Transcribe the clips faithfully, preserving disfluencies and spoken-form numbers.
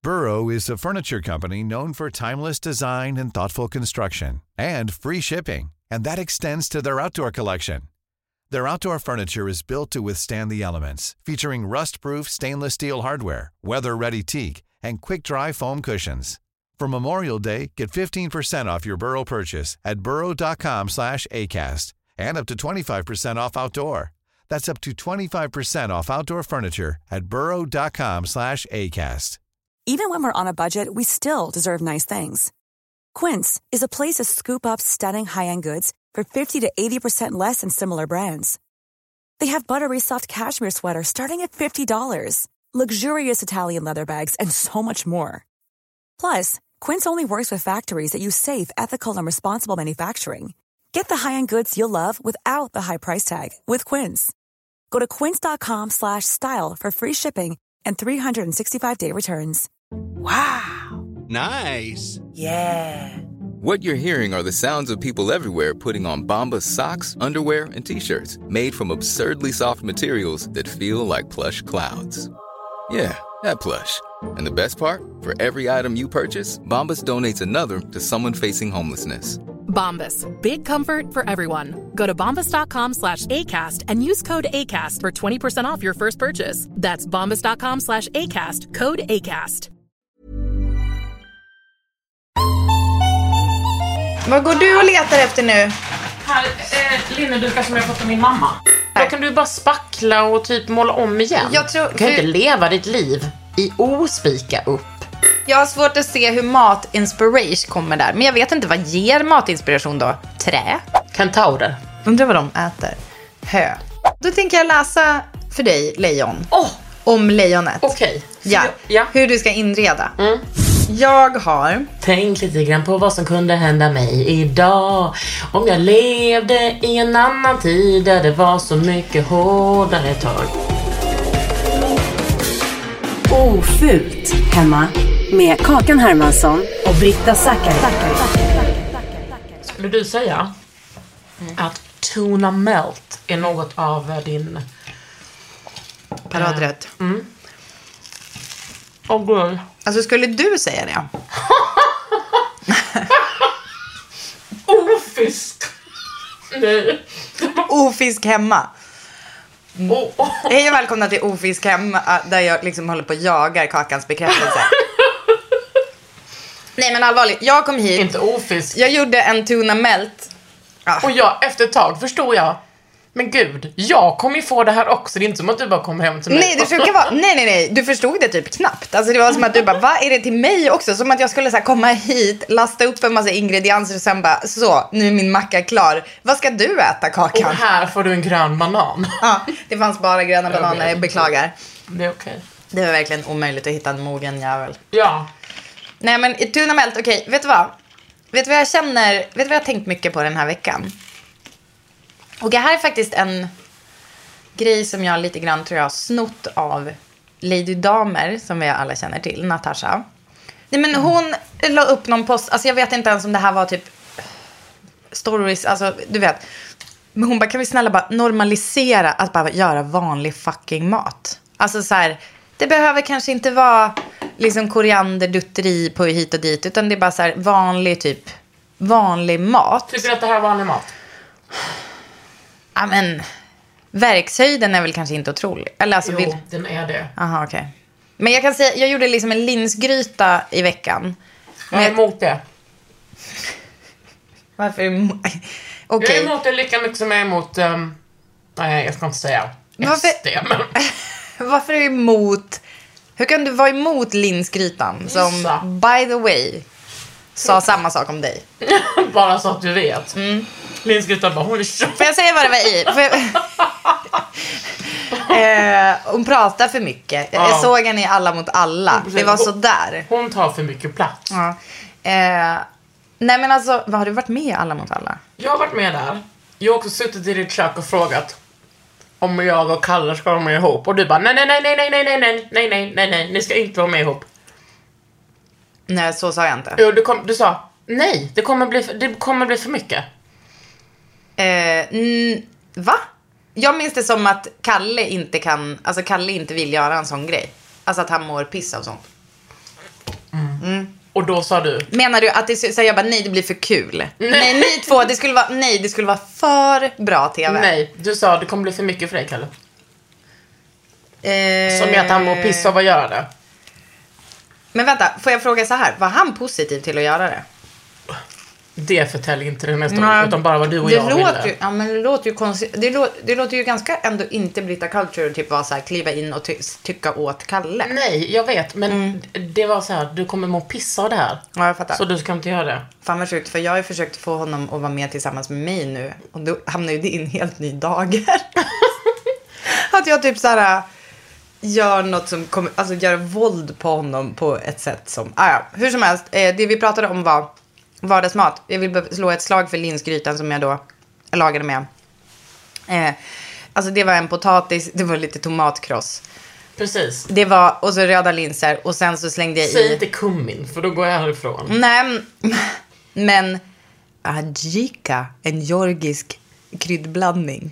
Burrow is a furniture company known for timeless design and thoughtful construction, and free shipping, and that extends to their outdoor collection. Their outdoor furniture is built to withstand the elements, featuring rust-proof stainless steel hardware, weather-ready teak, and quick-dry foam cushions. For Memorial Day, get fifteen percent off your Burrow purchase at burrow.com slash ACAST and up to twenty-five percent off outdoor. That's up to twenty-five percent off outdoor furniture at burrow.com slash ACAST. Even when we're on a budget, we still deserve nice things. Quince is a place to scoop up stunning high-end goods for fifty to eighty percent less than similar brands. They have buttery soft cashmere sweaters starting at fifty dollars, luxurious Italian leather bags, and so much more. Plus, Quince only works with factories that use safe, ethical, and responsible manufacturing. Get the high-end goods you'll love without the high price tag with Quince. Go to quince.com slash style for free shipping and three sixty-five day returns. Wow. Nice. Yeah. What you're hearing are the sounds of people everywhere putting on Bombas socks, underwear, and T-shirts made from absurdly soft materials that feel like plush clouds. Yeah, that plush. And the best part? For every item you purchase, Bombas donates another to someone facing homelessness. Bombas. Big comfort for everyone. Go to bombas.com slash ACAST and use code ACAST for twenty percent off your first purchase. That's bombas.com slash ACAST. Code ACAST. Vad går du och letar efter nu? Här, eh, linnedukar som jag fått av min mamma. Då kan du bara spackla och typ måla om igen. Jag tror, du kan ju inte leva ditt liv i ospika upp. Jag har svårt att se hur matinspiration kommer där. Men jag vet inte, vad ger matinspiration då? Trä? Kentaurer. Undrar vad de äter. Hö. Då tänker jag läsa för dig, lejon. Oh. Om lejonet. Okej. Okay. Ja. ja. Hur du ska inreda. Mm. Jag har... Tänk lite grann på vad som kunde hända mig idag. Om jag levde i en annan tid där det var så mycket hårdare tag. Ofult hemma med Kakan Hermansson och Britta Zackari. Skulle du säga mm. att tuna melt är något av din paradrätt? Äh, mm. Åh gud. Alltså skulle du säga det? Ofisk. Nej. Ofisk hemma. Mm. Oh, oh. Hej och välkomna till Ofisk hemma, där jag liksom håller på och jagar Kakans bekräftelse. Nej men allvarligt, jag kom hit. Inte ofisk. Jag gjorde en tuna melt. Ah. Och jag, efter ett tag förstod jag. Men gud, jag kommer ju få det här också. Det är inte som att du bara kom hem till mig. Nej, det sjuka var, nej, nej, nej. Du förstod det typ knappt. Alltså det var som att du bara, vad är det till mig också? Som att jag skulle så här, komma hit, lasta upp en massa ingredienser och sen bara, så, nu är min macka klar. Vad ska du äta, Kakan? Och här får du en grön banan. Ja, det fanns bara gröna bananer, jag beklagar. Det är okej. Okay. Det var verkligen omöjligt att hitta en mogen jävel. Ja. Nej, men tuna melt, okej, okay, vet du vad? Vet du vad jag känner, vet du vad jag har tänkt mycket på den här veckan? Och det här är faktiskt en grej som jag lite grann tror jag har snott av Lady Damer, som vi alla känner till, Natasha. Nej, men hon la upp någon post, alltså jag vet inte ens om det här var typ stories, alltså du vet. Men hon bara, kan vi snälla bara normalisera att bara göra vanlig fucking mat? Alltså så här, det behöver kanske inte vara liksom korianderdutteri på hit och dit, utan det är bara så här vanlig typ, vanlig mat. Tycker du att det här är vanlig mat? Ja, men verkshöjden är väl kanske inte otrolig. Eller alltså, jo, vill... den är det. Aha, okej. Okay. Men jag kan säga, jag gjorde liksom en linsgryta i veckan. Jag är emot det. Varför? Okej. Okay. Jag är emot det lika mycket som jag är emot... Um... Nej, jag ska inte säga varför... S D, men... Varför är du emot... Hur kan du vara emot linsgrytan? Som, Gissa. by the way, sa samma sak om dig. Bara så att du vet. Mm. Linsgrytan bara, hon är så... Får jag säga vad det var i? jag... eh, hon pratar för mycket. Ja. Jag såg henne i Alla mot alla. Det var så där. Hon tar för mycket plats. Ja. Eh, nej men alltså, vad har du varit med i Alla mot alla? Jag har varit med där. Jag har också suttit i ditt kök och frågat om jag och Kalle ska vara med ihop. Och du bara, nej, nej, nej, nej, nej, nej, nej, nej, nej, nej, nej, nej, ni ska inte vara med ihop. Nej, så sa jag inte. Jo, du, kom, du sa, nej, det kommer bli, det kommer bli för mycket. Eh, n- va? Jag minns det som att Kalle inte kan, alltså Kalle inte vill göra en sån grej. Alltså att han mår piss av sånt. Och då sa du? Menar du att det så jag bara nej det blir för kul? Nej, nej ni två det skulle vara nej det skulle vara för bra tv. Nej, du sa det kommer bli för mycket för dig, Kalle. Eh... Som är att han må pissa av att göra det. Men vänta, får jag fråga så här, var han positiv till att göra det? Det förtäljer inte det nästa gång, utan bara vad du och det jag låter ville. Ju, ja, men det låter ju konstigt. Det, lå, det låter ju ganska ändå inte Brita Culture typ vara så här, kliva in och ty, tycka åt Kalle. Nej, jag vet, men Mm. det var så här, du kommer må pissa av det här. Ja, jag fattar. Så du ska inte göra det. Fan vad sjukt, för jag har ju försökt få honom att vara med tillsammans med mig nu. Och då hamnar ju det i en helt ny dager. Att jag typ så här gör något som kommer, alltså gör våld på honom på ett sätt som, ah, ja, hur som helst, eh, det vi pratade om var vardagsmat. Jag vill slå ett slag för linsgrytan som jag då lagade med. Eh, alltså det var en potatis, det var lite tomatkross. Precis. Det var, och så röda linser och sen så slängde jag Säg i... inte kummin, för då går jag härifrån. Nej, men adjika, en georgisk kryddblandning.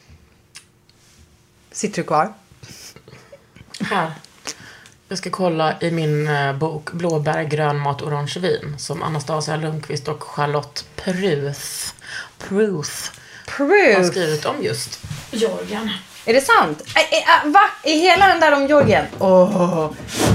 Sitter du kvar? Här. Jag ska kolla i min eh, bok Blåbär, grön mat, orange vin som Anastasia Lundqvist och Charlotte Pruth Pruth har skrivit om just Georgien. Är det sant? Ä, ä, va? I hela den där om Georgien? Åh.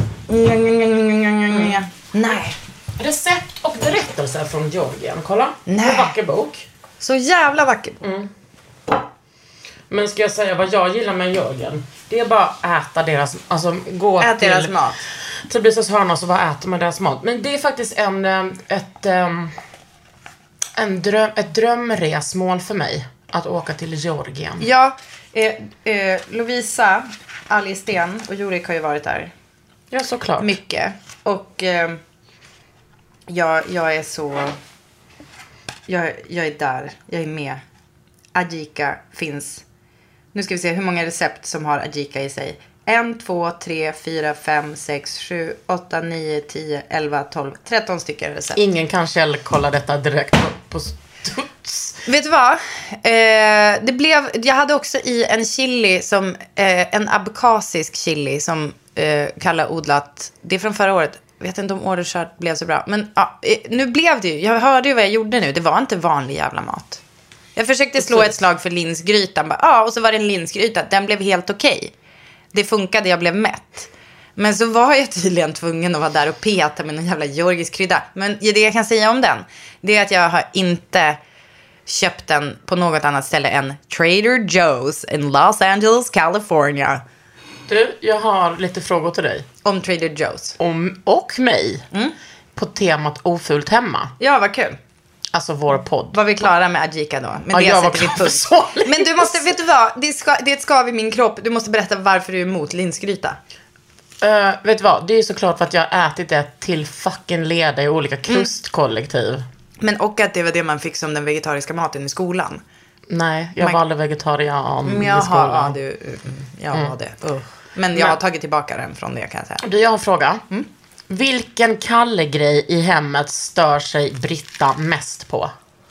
Mm. Nej. Recept och berättelser från Georgien. Kolla. Nej. En vacker bok. Så jävla vacker. Mm. Men ska jag säga vad jag gillar med Georgien? Det är bara att äta deras, alltså gå Ät till deras mat. till Brisas hörna och så bara äter man deras mat. Men det är faktiskt en ett en dröm, ett drömresmål för mig att åka till Georgien. Ja, eh, eh, Lovisa, Ali Sten och Jorik har ju varit där. Ja, såklart. Mycket. Och eh, jag, jag är så... Jag, jag är där. Jag är med. Adjika finns. Nu ska vi se hur många recept som har adjika i sig. En, två, tre, fyra, fem, sex, sju, åtta, nio, tio, elva, tolv, tretton stycken recept. Ingen kan källkolla detta direkt på, på studs. Vet du vad? Eh, det blev, jag hade också i en chili som, eh, en abkhasisk chili som eh, Kalle odlat. Det är från förra året. Jag vet inte om årets skörd blev så bra. Men ja, eh, nu blev det ju. Jag hörde ju vad jag gjorde nu. Det var inte vanlig jävla mat. Jag försökte slå ett slag för linsgrytan. Bara, ja, och så var det en linsgryta. Den blev helt okej. Okay. Det funkade, jag blev mätt. Men så var jag tydligen tvungen att vara där och peta med någon jävla georgisk krydda. Men det jag kan säga om den, det är att jag har inte köpt den på något annat ställe än Trader Joe's in Los Angeles, California. Du, jag har lite frågor till dig. Om Trader Joe's. Om, och mig. Mm. På temat ofult hemma. Ja, vad kul. Alltså vår podd. Var vi klara med Adjika då? Men ja, det jag var sätter vi klar punkt. så länge. Men du måste, vet du vad? Det, ska, det är ett skav i min kropp. Du måste berätta varför du är emot linsgryta. Uh, vet du vad? Det är såklart för att jag har ätit det till fucking leda i olika kustkollektiv. Mm. Men och att det var det man fick som den vegetariska maten i skolan. Nej, jag man... valde vegetarian mm, i jaha, skolan. Ja, du, jag mm. var det. Uh. Men jag har tagit tillbaka den från det, kan jag säga. Du, jag har en fråga. Mm. Vilken Kalle-grej i hemmet stör sig Britta mest på?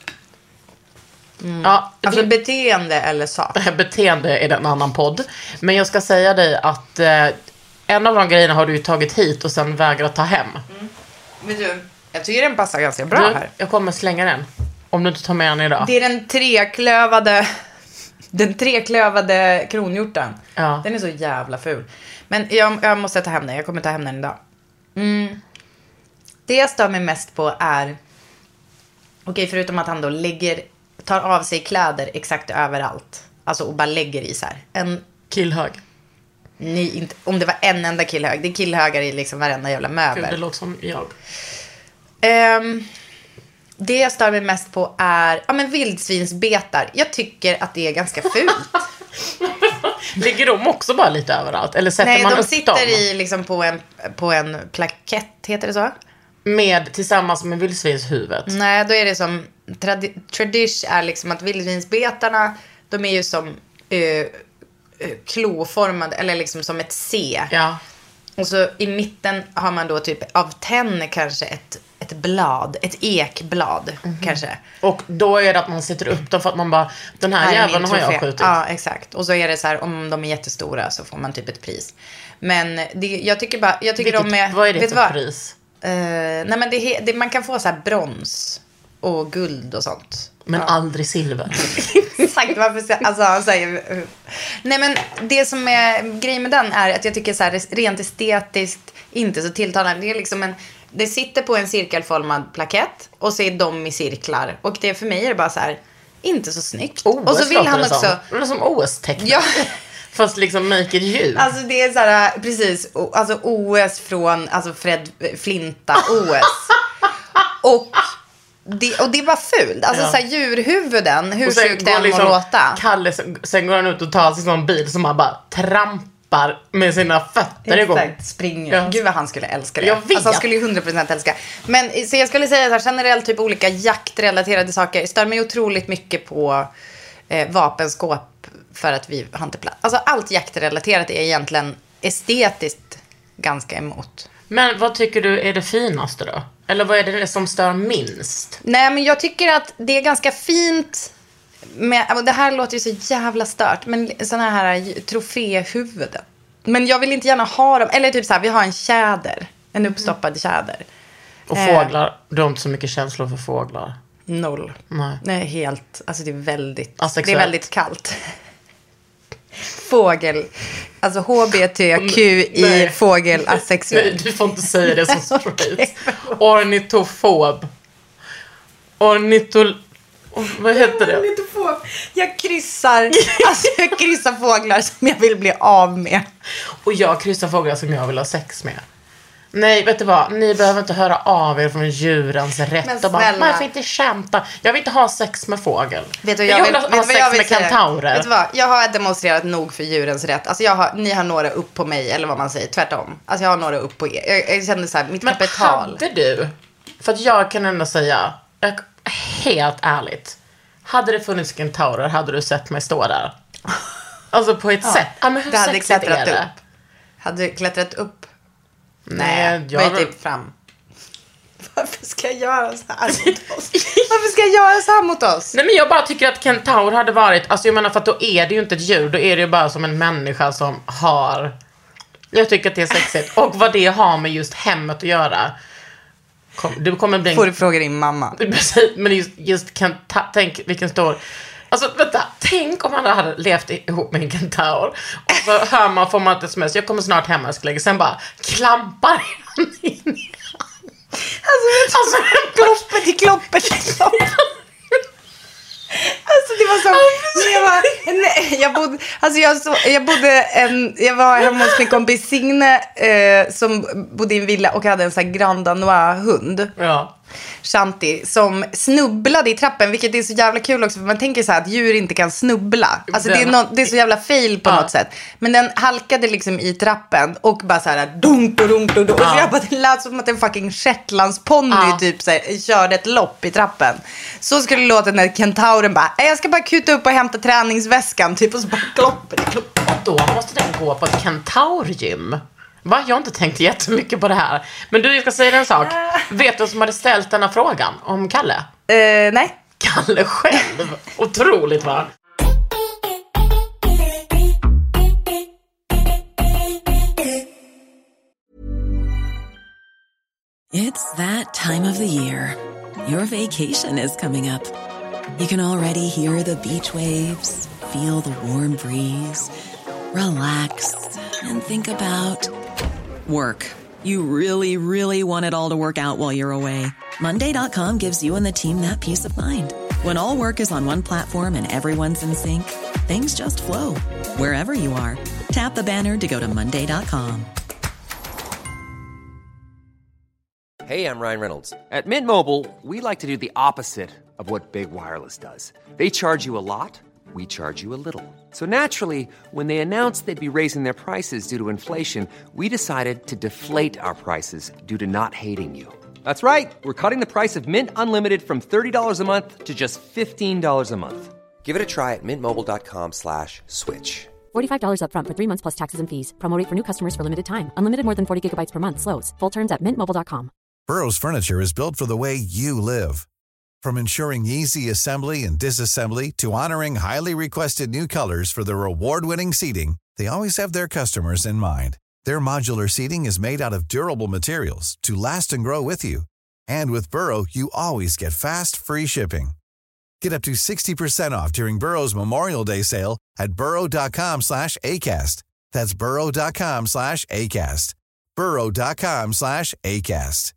Mm. Ja, alltså det... beteende eller sak? Beteende är det en annan podd. Men jag ska säga dig att eh, en av de grejerna har du ju tagit hit och sen vägrat ta hem. Mm. Vet du, jag tycker den passar ganska bra du, här. Jag kommer slänga den. Om du inte tar med den idag. Det är den treklövade... Den treklövade kronhjorten. Ja. Den är så jävla ful. Men jag, jag måste ta hem den. Jag kommer ta hem den idag. Mm. Det jag stör mig mest på är... Okej, okay, förutom att han då lägger... Tar av sig kläder exakt överallt. Alltså och bara lägger i så här. En killhög. Nej, inte, om det var en enda killhög. Det är killhögar i liksom varenda jävla möbel. Gud, det låter som jag. Um, det jag stör mig mest på är ja, men vildsvinsbetar. Jag tycker att det är ganska fult. Ligger de också bara lite överallt? Eller sätter Nej, man de upp sitter dem? i liksom på en, på en plakett, heter det så? Med, tillsammans med vildsvinshuvudet. Nej, då är det som tradi- tradish är liksom att vildsvinsbetarna, de är ju som uh, kloformade, eller liksom som ett C. Ja. Och så i mitten har man då typ av tenn kanske ett, ett blad, ett ekblad mm-hmm. kanske. Och då är det att man sätter upp dem för att man bara, den här, här jäveln har jag skjutit. Ja, exakt. Och så är det så här, om de är jättestora så får man typ ett pris. Men det, jag tycker bara, jag tycker Vilket, de är... vad är det vet för vad? pris? nej men det, det, man kan få så här brons och guld och sånt. Men ja. aldrig silver. Exakt, varför ska, alltså, han säger, nej men det som är grejen med den är att jag tycker så här, rent estetiskt inte så tilltalande. Det är liksom en, det sitter på en cirkelformad plakett och så är de i cirklar. Och det för mig är det bara så här, inte så snyggt. O S och så vill han också... Som. Det är som O S-tecknat. Ja. Fast liksom make it you. Alltså det är så här, precis, alltså O S från alltså Fred Flinta O S. och, det, och det var fult. Alltså ja. Så här, djurhuvuden, hur sjukt den liksom, må låta. Kalle, sen går han ut och tar sig en bil som han bara trampar med sina fötter igång. Exakt, springer. Ja. Gud vad han skulle älska det. Jag vet. Alltså han skulle ju hundra procent älska. Men så jag skulle säga så här, generellt typ olika jaktrelaterade saker. Stör mig otroligt mycket på eh, vapenskåp. För att vi har inte plats. Alltså allt jaktrelaterat är egentligen estetiskt ganska emot. Men vad tycker du är det finaste då? Eller vad är det som stör minst? Nej men jag tycker att det är ganska fint med, det här låter ju så jävla stört, men såna här troféhuvuden. Men jag vill inte gärna ha dem. Eller typ så här, vi har en tjäder. En uppstoppad tjäder. Och fåglar, eh. du har inte så mycket känslor för fåglar. Noll. Nej. Nej, helt, alltså det är väldigt, asexuellt. Det är väldigt kallt. Fågel, alltså H B T Q I fågel asexuell. Nej, du får inte säga det så straight. Okay. Ornitofob. Ornitol... Vad heter det? Ornitofob. Jag kryssar, alltså jag kryssar fåglar som jag vill bli av med. Och jag kryssar fåglar som jag vill ha sex med. Nej, vet du vad? Ni behöver inte höra av er från djurens rätt. Men och bara, man får inte kämpa. Jag vill inte ha sex med fågel. Vet du, jag, jag vill, vill ha vet sex jag vill med säga? kentaurer. Vet du vad? Jag har demonstrerat nog för djurens rätt. Alltså jag har, ni har några upp på mig, eller vad man säger, tvärtom. Alltså jag har några upp på er. Jag, jag kände så här, mitt men kapital. Men hade du, för att jag kan ändå säga, helt ärligt, hade det funnits kentaurer hade du sett mig stå där. Alltså på ett ja, sätt. Ja, men hur det hade klättrat är det? upp. Hade du klättrat upp? Nej, Nej, jag var typ fram. Varför ska jag göra så här mot oss? Varför ska jag göra så här mot oss? Nej, men jag bara tycker att kentaur hade varit, alltså jag menar, för att då är det ju inte ett djur, då är det ju bara som en människa som har, jag tycker att det är sexigt. Och vad det har med just hemmet att göra. Kom, du kommer bli en... Får du fråga din mamma? Men just, just kenta, tänk vilken stor... Alltså vänta, tänk om man hade levt ihop med en kentaur. Och så hör man, får man ett sms, jag kommer snart hem, älskling. Sen bara klampar han in i han. Alltså, alltså kloppet i kloppet i kloppet. Alltså det var så jag var nej, jag bodde alltså jag så jag bodde en jag var hemma hos min kompis Signe eh, som bodde i en villa och hade en sån här Grand Danois hund. Ja. Shanti som snubblade i trappen, vilket är så jävla kul också för man tänker så här att djur inte kan snubbla. Alltså den... det, är no, det är så jävla fail på ja. något sätt. Men den halkade liksom i trappen och bara så här dunk och dunk och dunk. Ja. Och så jag bara, det lät som att en fucking shetlandsponny ja. typ så här, körde ett lopp i trappen. Så skulle det låta när kentauren bara, jag ska bara kuta upp och hämta träningsväskan typ och så bara kloppar det kloppar. Då måste den gå på ett kentaurgym. Va? Jag har inte tänkt jättemycket på det här. Men du, jag ska säga en sak. Vet du som hade ställt den här frågan om Kalle? Uh, nej. Kalle själv. Otroligt, va? It's that time of the year. Your vacation is coming up. You can already hear the beach waves, feel the warm breeze, relax, and think about work. You really, really want it all to work out while you're away. Monday dot com gives you and the team that peace of mind. When all work is on one platform and everyone's in sync, things just flow. Wherever you are, tap the banner to go to Monday dot com. Hey, I'm Ryan Reynolds. At Mint Mobile, we like to do the opposite of what Big Wireless does. They charge you a lot. We charge you a little. So naturally, when they announced they'd be raising their prices due to inflation, we decided to deflate our prices due to not hating you. That's right. We're cutting the price of Mint Unlimited from thirty dollars a month to just fifteen dollars a month. Give it a try at mintmobile.com slash switch. forty-five dollars up front for three months plus taxes and fees. Promo rate for new customers for limited time. Unlimited more than forty gigabytes per month. Slows full terms at mint mobile dot com. Burrow's furniture is built for the way you live. From ensuring easy assembly and disassembly to honoring highly requested new colors for their award-winning seating, they always have their customers in mind. Their modular seating is made out of durable materials to last and grow with you. And with Burrow, you always get fast, free shipping. Get up to sixty percent off during Burrow's Memorial Day sale at burrow.com slash ACAST. That's burrow.com slash ACAST. burrow.com slash ACAST.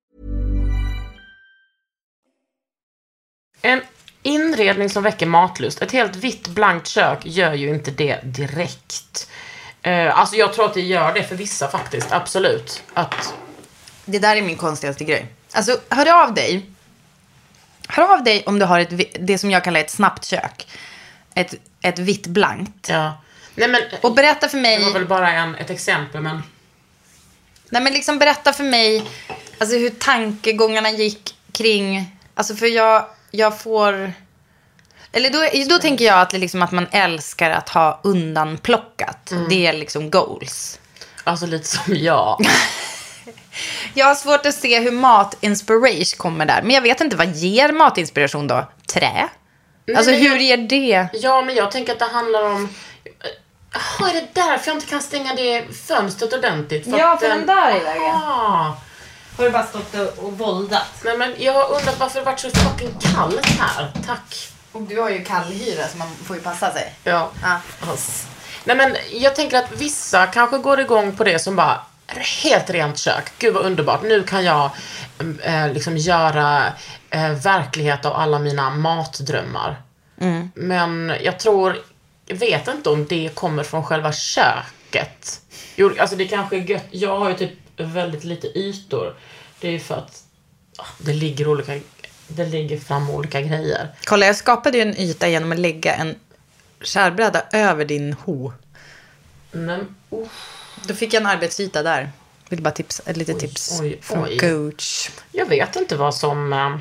En inredning som väcker matlust. Ett helt vitt blankt kök gör ju inte det direkt. Uh, alltså jag tror att det gör det för vissa faktiskt. Absolut. Att... Det där är min konstigaste grej. Alltså, hör av dig. Hör av dig om du har ett, det som jag kallar ett snabbt kök. Ett, ett vitt blankt. Ja. Nej, men, och berätta för mig... Det var väl bara en, ett exempel, men... Nej, men liksom berätta för mig alltså hur tankegångarna gick kring... Alltså för jag, jag får... Eller då, då tänker jag att, det liksom att man älskar att ha undanplockat. Mm. Det är liksom goals. Alltså lite som jag. Jag har svårt att se hur matinspiration kommer där. Men jag vet inte, vad ger matinspiration då? Trä? Nej, alltså hur jag, ger det? Ja, men jag tänker att det handlar om... Jaha, är det därför jag inte kan stänga det fönstret ordentligt? För ja, för den där är vägen. Ah. Har du bara stått och, och våldat? Nej, men jag har undrat varför det varit så fucking kallt här. Tack. Och du har ju kallhyra så man får ju passa sig. Ja. Ah. Alltså. Nej, men jag tänker att vissa kanske går igång på det som bara... Helt rent kök. Gud vad underbart. Nu kan jag eh, liksom göra eh, verklighet av alla mina matdrömmar. Mm. Men jag tror... Jag vet inte om det kommer från själva köket. Jo, alltså det kanske är gött. Jag har ju typ väldigt lite ytor. Det är ju för att oh, det ligger olika... Det ligger fram olika grejer. Kolla, jag skapade ju en yta genom att lägga en skärbräda över din ho. Men... Oh. Då fick jag en arbetsyta där. Vill bara tips, ett litet oj, tips oj, från oj. coach. Jag vet inte vad som... Uh,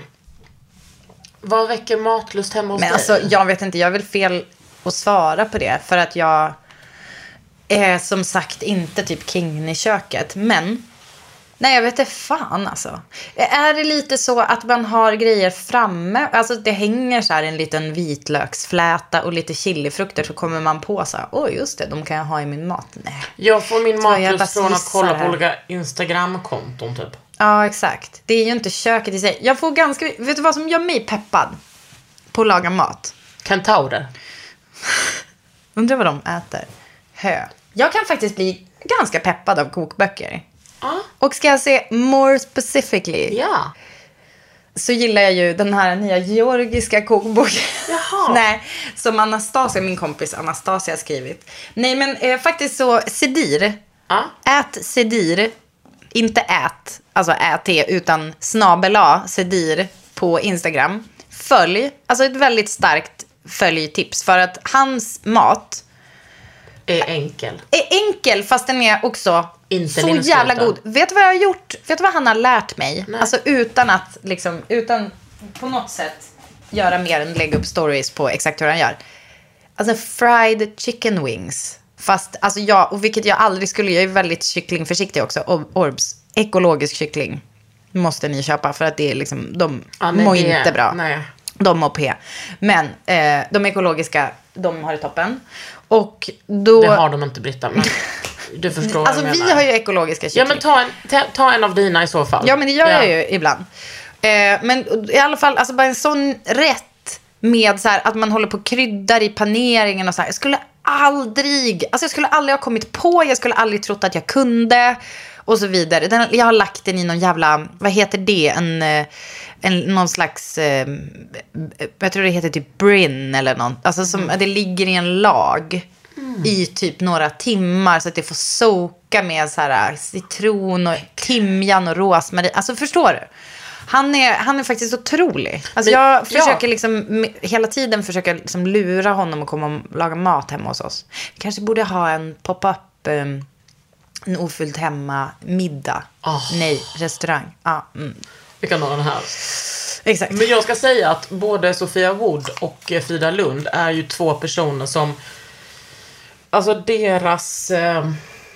vad väcker matlust hemma hos Men dig? alltså, jag vet inte. Jag är väl fel att svara på det. För att jag är som sagt inte typ king i köket. Men... Nej, jag vet inte fan alltså. Är det lite så att man har grejer framme? Alltså det hänger så här en liten vitlöksfläta och lite chilifrukter, så kommer man på så här, åh oh, just det, de kan jag ha i min mat. Nej. Jag får min matlust från att kolla på här. olika Instagram-konton typ. Ja, exakt. Det är ju inte köket i sig. Jag får ganska, vet du vad som gör mig peppad på att laga mat? Kentaurer. Undrar vad de äter. Hö. Jag kan faktiskt bli ganska peppad av kokböcker. Ah. Och ska jag se more specifically, ja. så gillar jag ju den här nya georgiska kokboken. Jaha. Nej, som Anastasia, min kompis Anastasia har skrivit. Nej, men eh, faktiskt så Sedir. Ah. Ät Sedir. Inte ät, alltså ät det, utan snabela Sedir på Instagram. Följ, alltså ett väldigt starkt följtips. För att hans mat är enkel. Är enkel, fast den är också inte så jävla god. Vet du vad jag har gjort? Vet du vad han har lärt mig? Nej. Alltså utan att liksom, utan på något sätt göra mer än lägga upp stories på exakt hur han gör. Alltså fried chicken wings. Fast, alltså jag, och vilket jag aldrig skulle, jag är väldigt kycklingförsiktig också. Orbs, ekologisk kyckling måste ni köpa, för att det är liksom, de ja, nej, mår det, inte bra. Nej. De mår P. Men eh, de ekologiska, de har det toppen. Och då... Det har de inte, Britta, men du förstår alltså vad jag vi menar. har ju ekologiska kyckling. Ja, men ta en, ta, ta en av dina i så fall. Ja, men det gör ja. jag ju ibland. Eh, men i alla fall, alltså bara en sån rätt med så här, att man håller på kryddar i paneringen och så här. Jag skulle aldrig, alltså jag skulle aldrig ha kommit på, jag skulle aldrig trott att jag kunde och så vidare. Den, jag har lagt den i någon jävla, vad heter det? En, en någon slags, eh, jag tror det heter typ brin eller något. Alltså som, mm. det ligger i en lag. Mm. I typ några timmar så att det får soka med så här citron och timjan och rosmarin. Alltså förstår du? Han är, han är faktiskt otrolig. Alltså Men, jag försöker ja. liksom hela tiden försöka liksom lura honom att komma och laga mat hemma hos oss. Vi kanske borde ha en pop-up, um, en ofylld hemma middag. Oh. Nej, restaurang. Ja, mm. Vi kan ha den här. Exakt. Men jag ska säga att både Sofia Wood och Frida Lund är ju två personer som, alltså deras eh,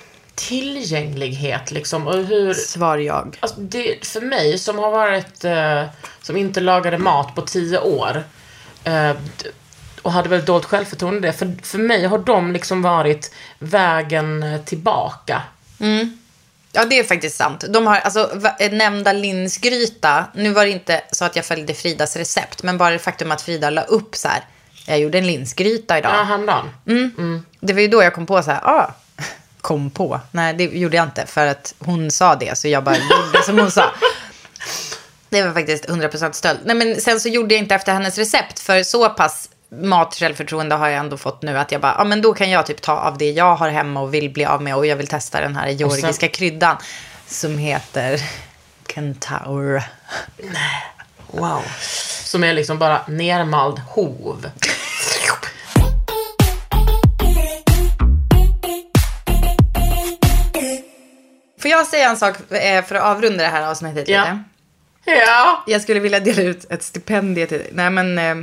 tillgänglighet liksom, och hur... Svar jag. Alltså det, för mig som har varit, eh, som inte lagade mat på tio år eh, och hade väldigt dåligt självförtroende det. För, för mig har de liksom varit vägen tillbaka Mm. Ja, det är faktiskt sant. De har, alltså, nämnda linsgryta. Nu var det inte så att jag följde Fridas recept. Men bara det faktum att Frida la upp så här. Jag gjorde en linsgryta idag. Ja, häromdagen. Mm. Mm. Det var ju då jag kom på så här. Ah, kom på. Nej, det gjorde jag inte. För att hon sa det. Så jag bara gjorde som hon sa. Det var faktiskt hundra procent stöld. Nej, men sen så gjorde jag inte efter hennes recept. För så pass mat-självförtroende har jag ändå fått nu. Att jag bara, ja ah, men då kan jag typ ta av det jag har hemma och vill bli av med. Och jag vill testa den här georgiska sen... kryddan. Som heter Kentaur. Nej. Wow. Som är liksom bara nermald hov. Får jag säga en sak för att avrunda det här avsnittet ja. lite? Ja. Jag skulle vilja dela ut ett stipendium till dig. Nej, men... Eh,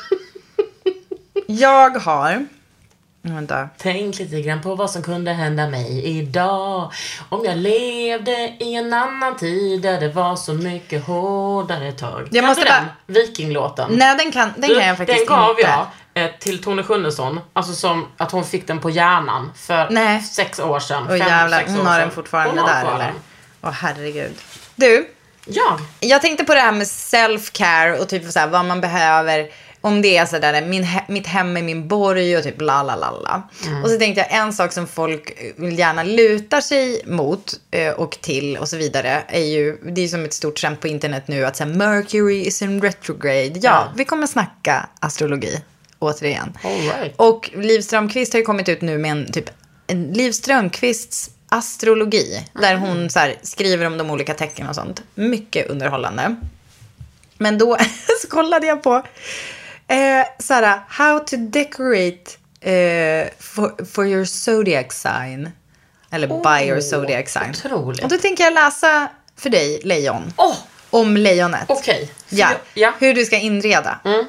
jag har... Vänta. Tänk lite grann på vad som kunde hända mig idag. Om jag levde i en annan tid där det var så mycket hårdare tag. Jag måste bara... den Vikinglåten. Nej, den kan, den du, kan jag faktiskt inte. Den gav inte. jag eh, till Tone Schunnesson. Alltså som att hon fick den på hjärnan för Nej. sex år sedan. Åh jävlar, sex hon år har sedan. den fortfarande hon där, kvar eller? Den. Åh, herregud. Du? Jag? Jag tänkte på det här med self-care och typ så här, vad man behöver... Om det är så där, min he- mitt hem är min borg och typ la la la la. Mm. Och så tänkte jag en sak som folk vill gärna luta sig mot eh, och till och så vidare är ju, det är som ett stort skämt på internet nu att säga Mercury is in retrograde. Ja, ja, vi kommer snacka astrologi återigen. All right. Och Liv Strömquist har ju kommit ut nu med en typ en Liv Strömquists astrologi mm. där hon så här, skriver om de olika tecken och sånt. Mycket underhållande. Men då så kollade jag på Eh, Sara, how to decorate eh, for, for your zodiac sign. Eller oh, by your zodiac sign. Otroligt. Och då tänker jag läsa för dig, lejon. Oh. Om lejonet. Okej. Okay. Ja. ja, hur du ska inreda. Mm.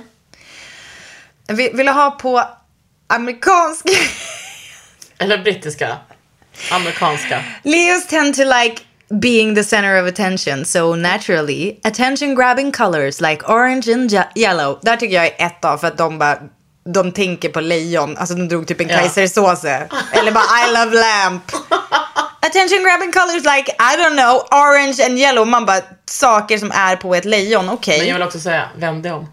Vill, vill du ha på amerikanska? Eller brittiska? Amerikanska. Leos tend to like being the center of attention, so naturally attention-grabbing colors like orange and je- yellow. Där tycker jag är ett av, för att de bara, de tänker på lejon. Alltså de drog typ en ja. kaisersåse. Eller bara I love lamp. Attention-grabbing colors like, I don't know, orange and yellow. Man bara, saker som är på ett lejon, okej. Okay. Men jag vill också säga, vänd dig om.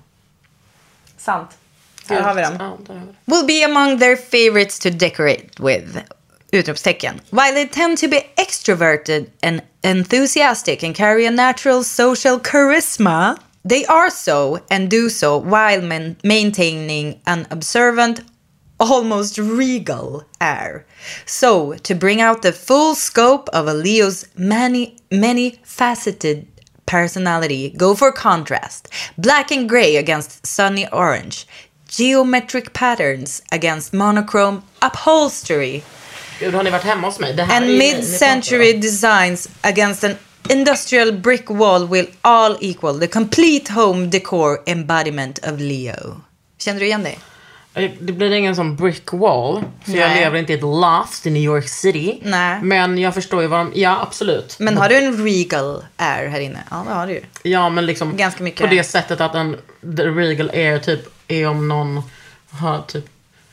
Sant. Här har vi dem. Ja, där har vi. Will be among their favorites to decorate with. Utropstecken. While they tend to be extroverted and enthusiastic and carry a natural social charisma, they are so and do so while man- maintaining an observant, almost regal air. So, to bring out the full scope of a Leo's many, many-faceted personality, go for contrast. Black and gray against sunny orange. Geometric patterns against monochrome upholstery. Gud, har ni varit hemma hos mig? Det här And är mid-century designs against an industrial brick wall will all equal the complete home decor embodiment of Leo. Känner du igen det? Det blir ingen sån brick wall. För Nej. jag lever inte i ett loft i New York City. Nej. Men jag förstår ju vad de... Ja, absolut. Men har du en regal air här inne? Ja, det har du ju. Ja, men liksom... Ganska mycket. På det sättet att en the regal air typ är om någon har typ...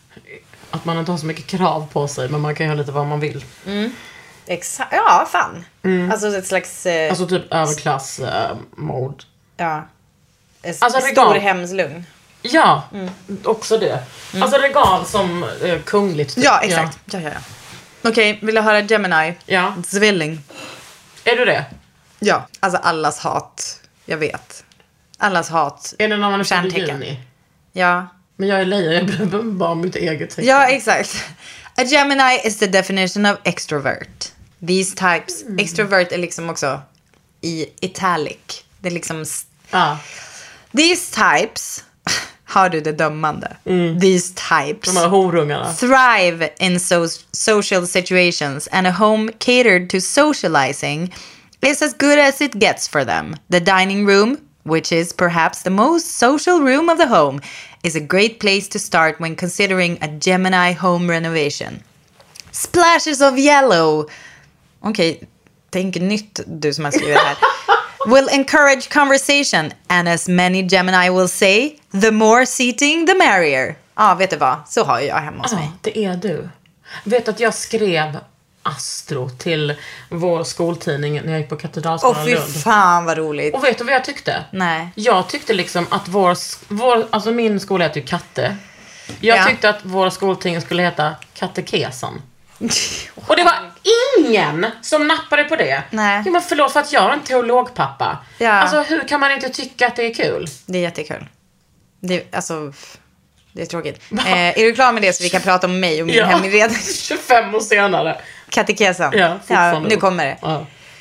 Att man inte har så mycket krav på sig, men man kan göra lite vad man vill. Mm. Exakt. Ja, fan. Mm. Alltså ett slags... Eh, alltså typ överklass eh, mode. Ja. Ett alltså, stor regal. hemslugn. Ja, mm. också det. Mm. Alltså regal som eh, kungligt. Typ. Ja, exakt. Ja, ja, ja. Okej, okay, vill du höra Gemini? Ja. Tvilling. Är du det? Ja, alltså allas hat. Jag vet. Allas hat. Är det när man är född i juni? Ja. Men jag är lejon, jag behöver bara mitt eget tecken. Ja, exakt. A Gemini is the definition of extrovert. These types. Mm. Extrovert är liksom också i italic. Det är liksom... Ah. These types... Har du det dömande? Mm. These types... De här horungarna. Thrive in so- social situations and a home catered to socializing is as good as it gets for them. The dining room, which is perhaps the most social room of the home, is a great place to start when considering a Gemini home renovation. Splashes of yellow. Okej, okay, tänk nytt du som har skrivit det här. Will encourage conversation, and as many Gemini will say, the more seating the merrier. Ja, ah, vet du vad? Så har jag hemma hos ah, mig. Det är du. Vet att jag skrev Astro till vår skoltidning när jag gick på Katedralskolan Lund. Åh fy fan vad roligt. Och vet du vad jag tyckte? Nej. Jag tyckte liksom att vår, vår alltså min skola heter ju Katte. Jag ja. tyckte att vår skoltidning skulle heta Kattekesan. Och det var ingen som nappade på det. Nej. Jo, men förlåt för att jag är en teologpappa. Ja. Alltså hur kan man inte tycka att det är kul? Det är jättekul. Det, alltså, det är tråkigt. Eh, är du klar med det så vi kan prata om mig och min ja. heminredning? tjugofem år senare. Katekesan. Ja, ja, nu kommer det. Ja.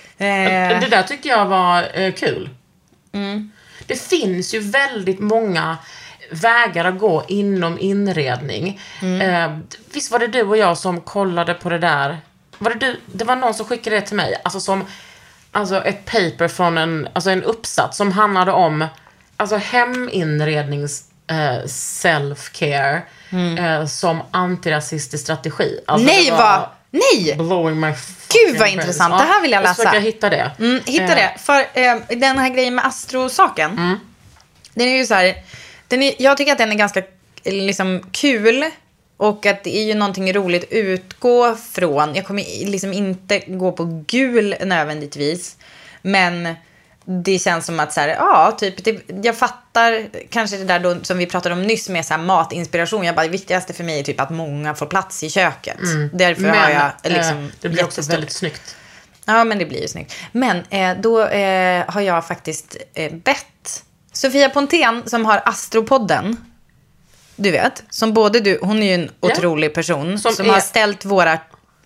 Eh. Det där tycker jag var eh, kul. Mm. Det finns ju väldigt många vägar att gå inom inredning. Mm. Eh, visst var det du och jag som kollade på det där? Var det du? Det var någon som skickade det till mig. Alltså som alltså ett paper från en alltså en uppsats som handlade om alltså heminrednings eh, self-care mm. eh, som antirasistisk strategi. Alltså Nej, vad? Nej! Blowing my Gud vad intressant. Ja, det här vill jag läsa. Jag ska hitta det. Mm, hitta eh. det. För eh, den här grejen med Astro-saken. Mm. Den är ju så här, den är, jag tycker att den är ganska liksom kul. Och att det är ju någonting roligt att utgå från. Jag kommer liksom inte gå på gul nödvändigtvis. Men det känns som att så här, ja, typ, det, jag fattar kanske det där då, som vi pratade om nyss med så här, matinspiration. Jag bara, det viktigaste för mig är typ att många får plats i köket. Mm. Därför men, har jag liksom eh, det blir också väldigt snyggt. Ja, men det blir ju snyggt. Men eh, då eh, har jag faktiskt eh, bett Sofia Pontén som har Astropodden. Du vet, som både du, hon är ju en ja. otrolig person som, som har ställt våra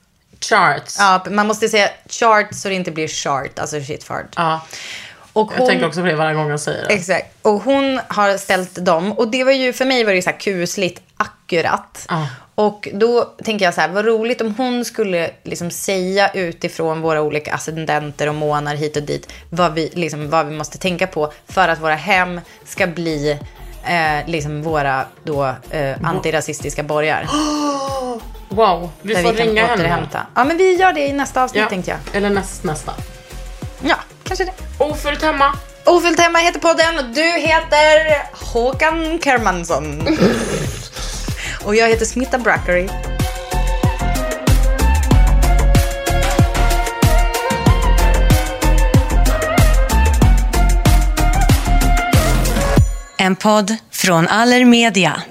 charts. Ja, man måste säga charts så det inte blir chart, alltså shit fart. Ja. Och hon, jag tänker också på det varje gång jag säger det. Exakt. Och hon har ställt dem och det var ju för mig var det så här kusligt akkurat. Ja. Och då tänker jag så här, vad roligt om hon skulle liksom säga utifrån våra olika ascendenter och månar hit och dit vad vi liksom vad vi måste tänka på för att våra hem ska bli Eh, liksom våra då eh, antirasistiska borgar. Oh, wow, vi där får vi ringa henne. Ja, men vi gör det i nästa avsnitt, ja. tänkte jag. Eller näst, nästa. Ja, kanske det. Ofullt hemma. Ofullt hemma heter podden och du heter Håkan Kermansson. Och jag heter Smita Brackery. En podd från Allermedia.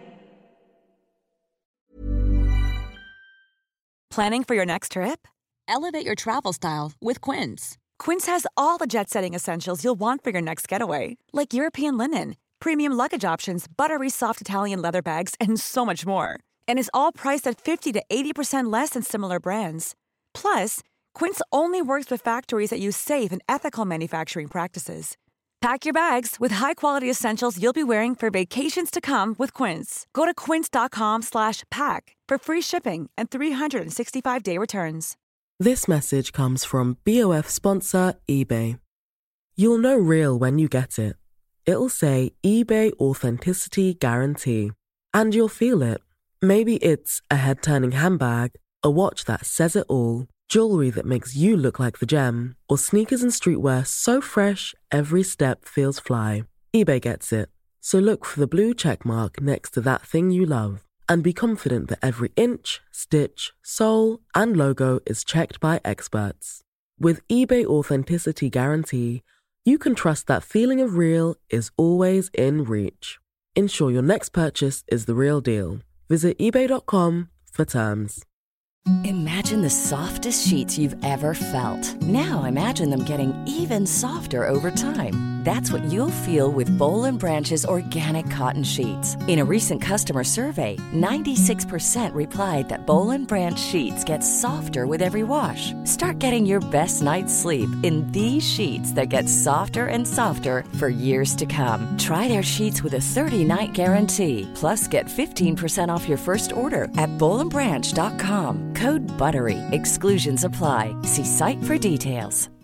Planning for your next trip? Elevate your travel style with Quince. Quince has all the jet-setting essentials you'll want for your next getaway, like European linen, premium luggage options, buttery soft Italian leather bags, and so much more. And is all priced at fifty to eighty percent less than similar brands. Plus, Quince only works with factories that use safe and ethical manufacturing practices. Pack your bags with high-quality essentials you'll be wearing for vacations to come with Quince. Go to quince.com slash pack for free shipping and three sixty-five day returns. This message comes from B O F sponsor eBay. You'll know real when you get it. It'll say eBay Authenticity Guarantee. And you'll feel it. Maybe it's a head-turning handbag, a watch that says it all, jewelry that makes you look like the gem, or sneakers and streetwear so fresh every step feels fly. eBay gets it. So look for the blue check mark next to that thing you love and be confident that every inch, stitch, sole, and logo is checked by experts. With eBay Authenticity Guarantee, you can trust that feeling of real is always in reach. Ensure your next purchase is the real deal. Visit ebay dot com for terms. Imagine the softest sheets you've ever felt. Now imagine them getting even softer over time. That's what you'll feel with Boll and Branch's organic cotton sheets. In a recent customer survey, ninety-six percent replied that Boll and Branch sheets get softer with every wash. Start getting your best night's sleep in these sheets that get softer and softer for years to come. Try their sheets with a thirty-night guarantee. Plus, get fifteen percent off your first order at boll and branch dot com. Code BUTTERY. Exclusions apply. See site for details.